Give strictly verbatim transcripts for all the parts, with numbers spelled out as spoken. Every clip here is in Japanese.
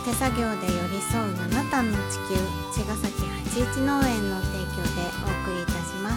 手作業で寄り添う七段の地球、茅ヶ崎八一農園の提供でお送りいたします。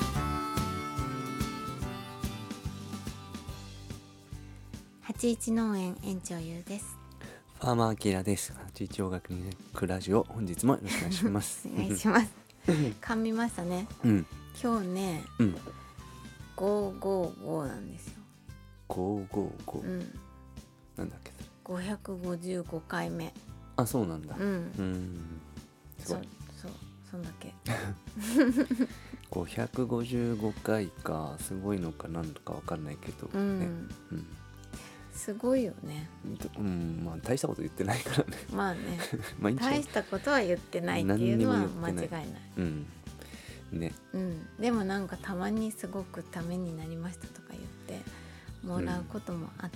八一農園園長ゆうです。 ファーマーアキラです。八一大学に行くラジオ、本日もよろしくお願いしますお願いします噛みましたね、 うん、 今日ね、 うん、 ごーごーごーなんですよ。 ごーごーごー、 うん、 なんだっけそれ。 ごひゃくごじゅうごかいめ。 あ、そうなんだ。 うん、 うーん、すごい。 そうそう、そんだけごひゃくごじゅうごかいか、すごいのかなんとかわかんないけど、 うん、 ね、うん、 すごいよね。 うん、まあ大したこと言ってないからね。 まあねまあいいんじゃない大したことは言ってないっていうのは間違いない。 うん、ね、 うん、でもなんかたまにすごくためになりましたとか言ってもらうこともあって、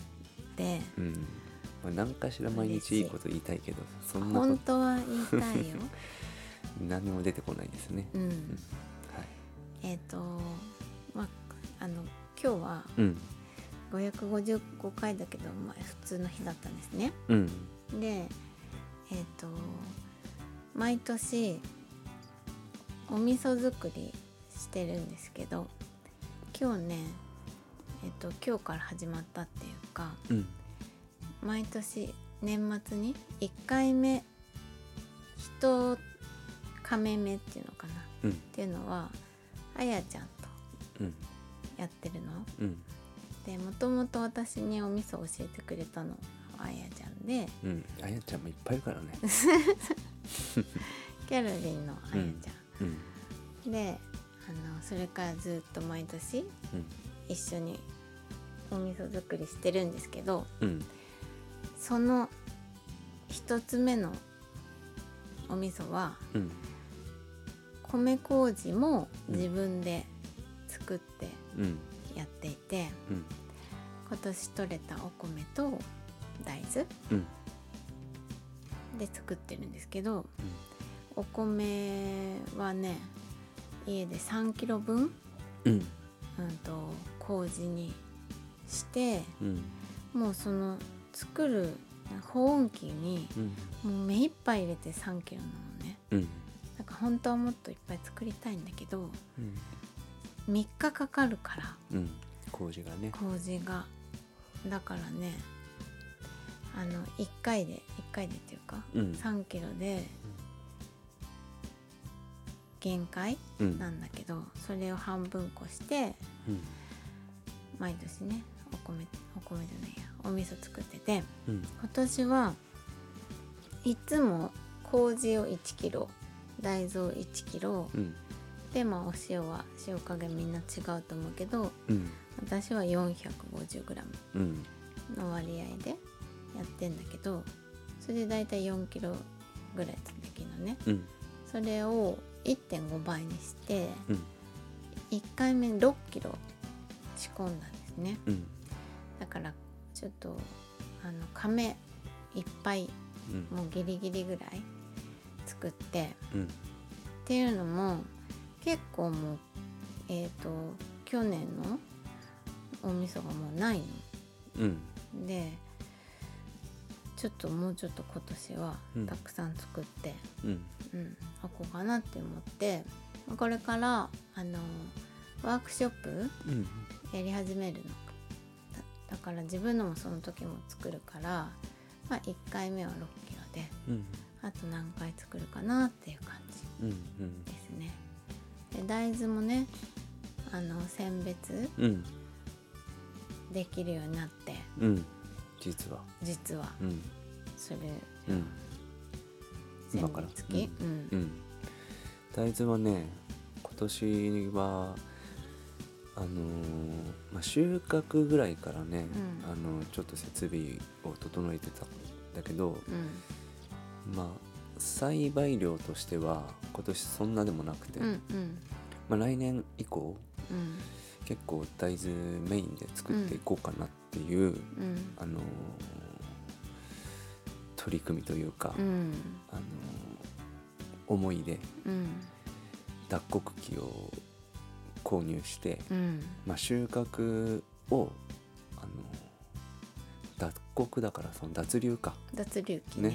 うん、うん、まあ、何かしら毎日いいこと言いたいけど、そんな本当は言いたいよ何も出てこないですね。 うん、うん、 はい、 えっ、ー、とまああの今日はごひゃくごじゅうごかいだけど、まあ、普通の日だったんですね。 うん、 でえっ、ー、と毎年お味噌作りしてるんですけど、今日ねえっ、ー、と今日から始まったっていうか、 うん、 毎年年末にいっかいめひとかめめっていうのかな、 うん、 っていうのはあやちゃんとうん、 やってるの、 うん、 でもともと私にお味噌を教えてくれたのはあやちゃんで、 うん、あやちゃんもいっぱいいるからねキャロリンのあやちゃん、 うんうん、であのそれからずっと毎年一緒にお味噌作りしてるんですけど、 うん、 その一つ目のお味噌は、 うん、 米麹も自分で作ってうんやっていて、 うん、 今年採れたお米と大豆うんで作ってるんですけど、お米はね家でさんキロぶん、 うん、 うんと麹にして、 うん、 もうその作る保温器にうん、 もう目いっぱい入れてさんキロなのね。 うん、 なんか本当はもっといっぱい作りたいんだけど、 うん、 みっかかかるからうん、麹がね、 麹がだからね、あのいっかいでいっかいでっていうか、 うん、 さんキロで限界なんだけど、うん、それを半分こして、うん、毎年ねお米お米じゃないやお味噌作ってて、うん、今年はいつも麹をいちキロ大豆をいちキロ、うん、でまあお塩は塩加減みんな違うと思うけど、うん、私は よんひゃくごじゅうグラム の割合でやってんだけど、それでだいたいよんキロぐらいできるのね、うん、それを いってんご 倍にして、うん、いっかいめろっキロ仕込んだんですね、うん、だからちょっとあの亀いっぱい、うん、もうギリギリぐらい作って、うん、っていうのも結構もうえっと去年のお味噌がもうないの、うん、でちょっともうちょっと今年はたくさん作って、うんうん、おこうかなって思って、これからあのワークショップやり始めるの、うん、だ, だから自分のもその時も作るから、まあ、いっかいめはろっキロで、うん、あと何回作るかなっていう感じですね、うんうん、で大豆もねあの選別できるようになって、 うん、実は実は、うん、それ、うん、 今から月、うんうんうん、 大豆はね今年はあのーまあ、収穫ぐらいからね、うん、あのちょっと設備を整えてたんだけど、うん、まあ栽培量としては今年そんなでもなくて、うんうん、まあ、来年以降、うん、結構大豆メインで作っていこうかなっていう、うん、あのー、取り組みというか、うん、あのー、思いで、うん、脱穀機を購入して、うんまあ、収穫をあの脱穀だからその脱粒か脱粒機ね、ね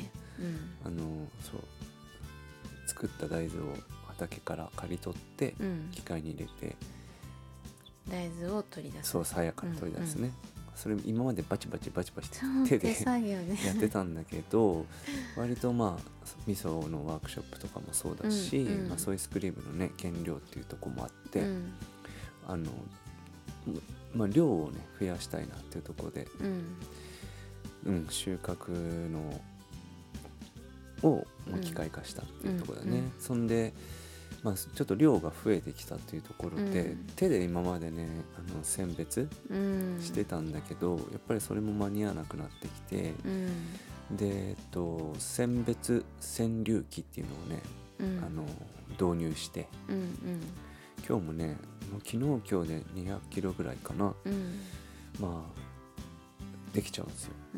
あのそう作った大豆を畑から刈り取って機械に入れて、 大豆を取り出す。 そうさやから取り出すね、うんうん、それ今までバチバチバチバチ手で手作業でやってたんだけど割とまあ味噌のワークショップとかもそうだし、うんうん、まあ、ソイスクリームのね原料っていうところもあって、うん、あのまあ、量をね増やしたいなっていうところで、うんうん、収穫のを機械化したっていうところだね、うんうん、そんで、まあ、ちょっと量が増えてきたっていうところで、うん、手で今までねあの選別してたんだけど、うん、やっぱりそれも間に合わなくなってきて、うん、で、えっと、選別選粒機っていうのをね、うん、あの導入して、うんうん、今日もねもう昨日今日でにひゃくキロぐらいかな、うん、まあできちゃうんですよ、うん、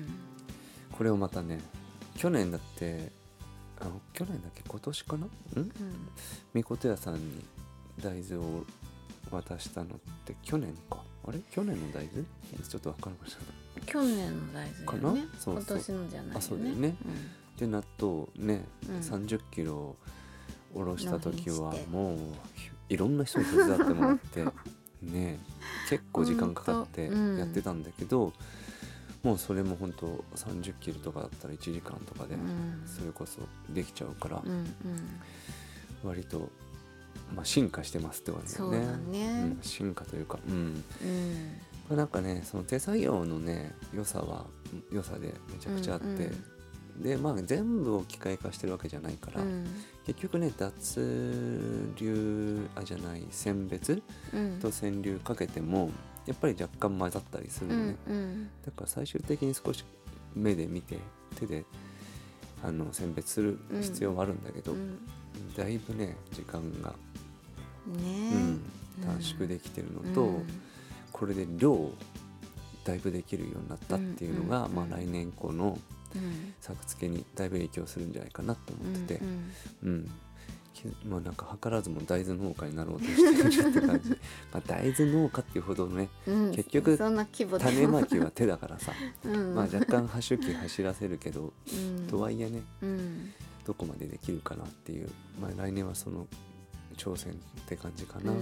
これをまたね去年だってあの去年だっけ今年かな、うん、みこと屋さんに大豆を渡したのって去年か、あれ去年の大豆ちょっと分からなかった。 去年の大豆だよね。そうそう今年のじゃないよね。あ、そうだよね、うん、 で納豆ね、うん、さんじゅっキロおろした時はもういろんな人に手伝ってもらってね結構時間かかってやってたんだけど、うん、もうそれも本当さんじゅっキロとかだったらいちじかんとかでそれこそできちゃうから、うんうん、割と、まあ、進化してますって感じだよね。 そうだね、 うん、進化というか、うんうん、なんかねその手作業のね良さは良さでめちゃくちゃあって、うんうん、でまあ全部を機械化してるわけじゃないから、うん、結局ね脱粒あじゃない選別と選粒かけてもやっぱり若干混ざったりするのね、うんうん、だから最終的に少し目で見て手であの選別する必要はあるんだけど、うんうん、だいぶね時間が、 ねうん、短縮できてるのと、うん、これで量だいぶできるようになったっていうのが、うんうんうん、まあ、来年以降の作付けにだいぶ影響するんじゃないかなと思ってて、うんうんうんまあ、なんか図らずも大豆農家になろうとしてるって感じまあ大豆農家っていうほどね、うん、結局種まきは手だからさ、うんまあ、若干ハ機走らせるけど、うん、とはいえね、うん、どこまでできるかなっていう、まあ、来年はその挑戦って感じかな、うんうん、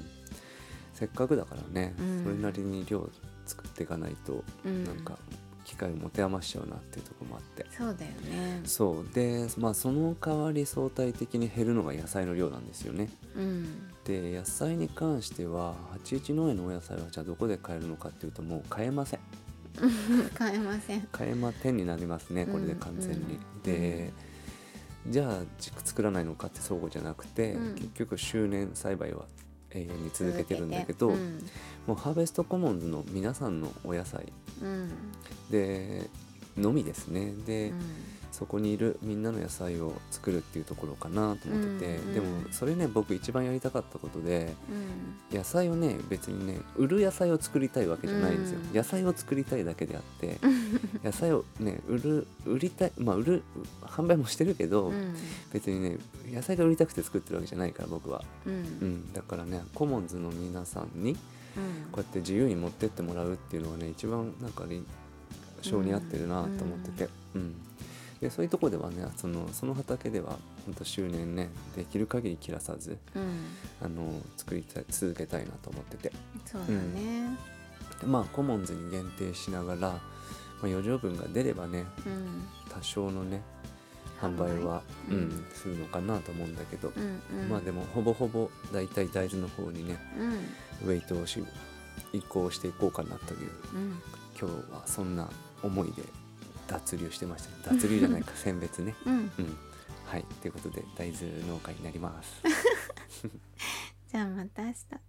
せっかくだからね、うん、それなりに量作っていかないと、うん、なんか機会を持て余しちゃうなっていうところもあって、 そうだよね。 そうで、まあ、その代わり相対的に減るのが野菜の量なんですよね、うん、で野菜に関してははちいち農園のお野菜はじゃあどこで買えるのかっていうともう買えません買えません買えませんになりますねこれで完全に、うんうん、でじゃあ軸作らないのかって相互じゃなくて、うん、結局周年栽培は永遠に続けてるんだけど、うん、もうハーベストコモンズの皆さんのお野菜、うん、でのみですねで、うん、そこにいるみんなの野菜を作るっていうところかなと思ってて、うんうん、でもそれね僕一番やりたかったことで、うん、野菜をね別にね売る野菜を作りたいわけじゃないんですよ、うん、野菜を作りたいだけであって野菜をね売る売りたいまあ売る販売もしてるけど、うん、別にね野菜が売りたくて作ってるわけじゃないから僕は、うんうん、だからねコモンズの皆さんにこうやって自由に持ってってもらうっていうのはね一番なんかね性に合ってるなと思ってて、うんうん、でそういうところではねその、その畑では本当周年ねできる限り切らさず、うん、あの作りたい続けたいなと思ってて、 そうだね、 うん、まあコモンズに限定しながら、まあ、余剰分が出ればね、うん、多少のね販売は、うんうん、するのかなと思うんだけど、うんうん、まあでもほぼほぼだいたい大豆の方にね、うん、ウェイトをし移行していこうかなという、うん、今日はそんな思いで脱粒してました。脱粒じゃないか選別ね、うんうん、はいということで大豆農家になりますじゃあまた明日。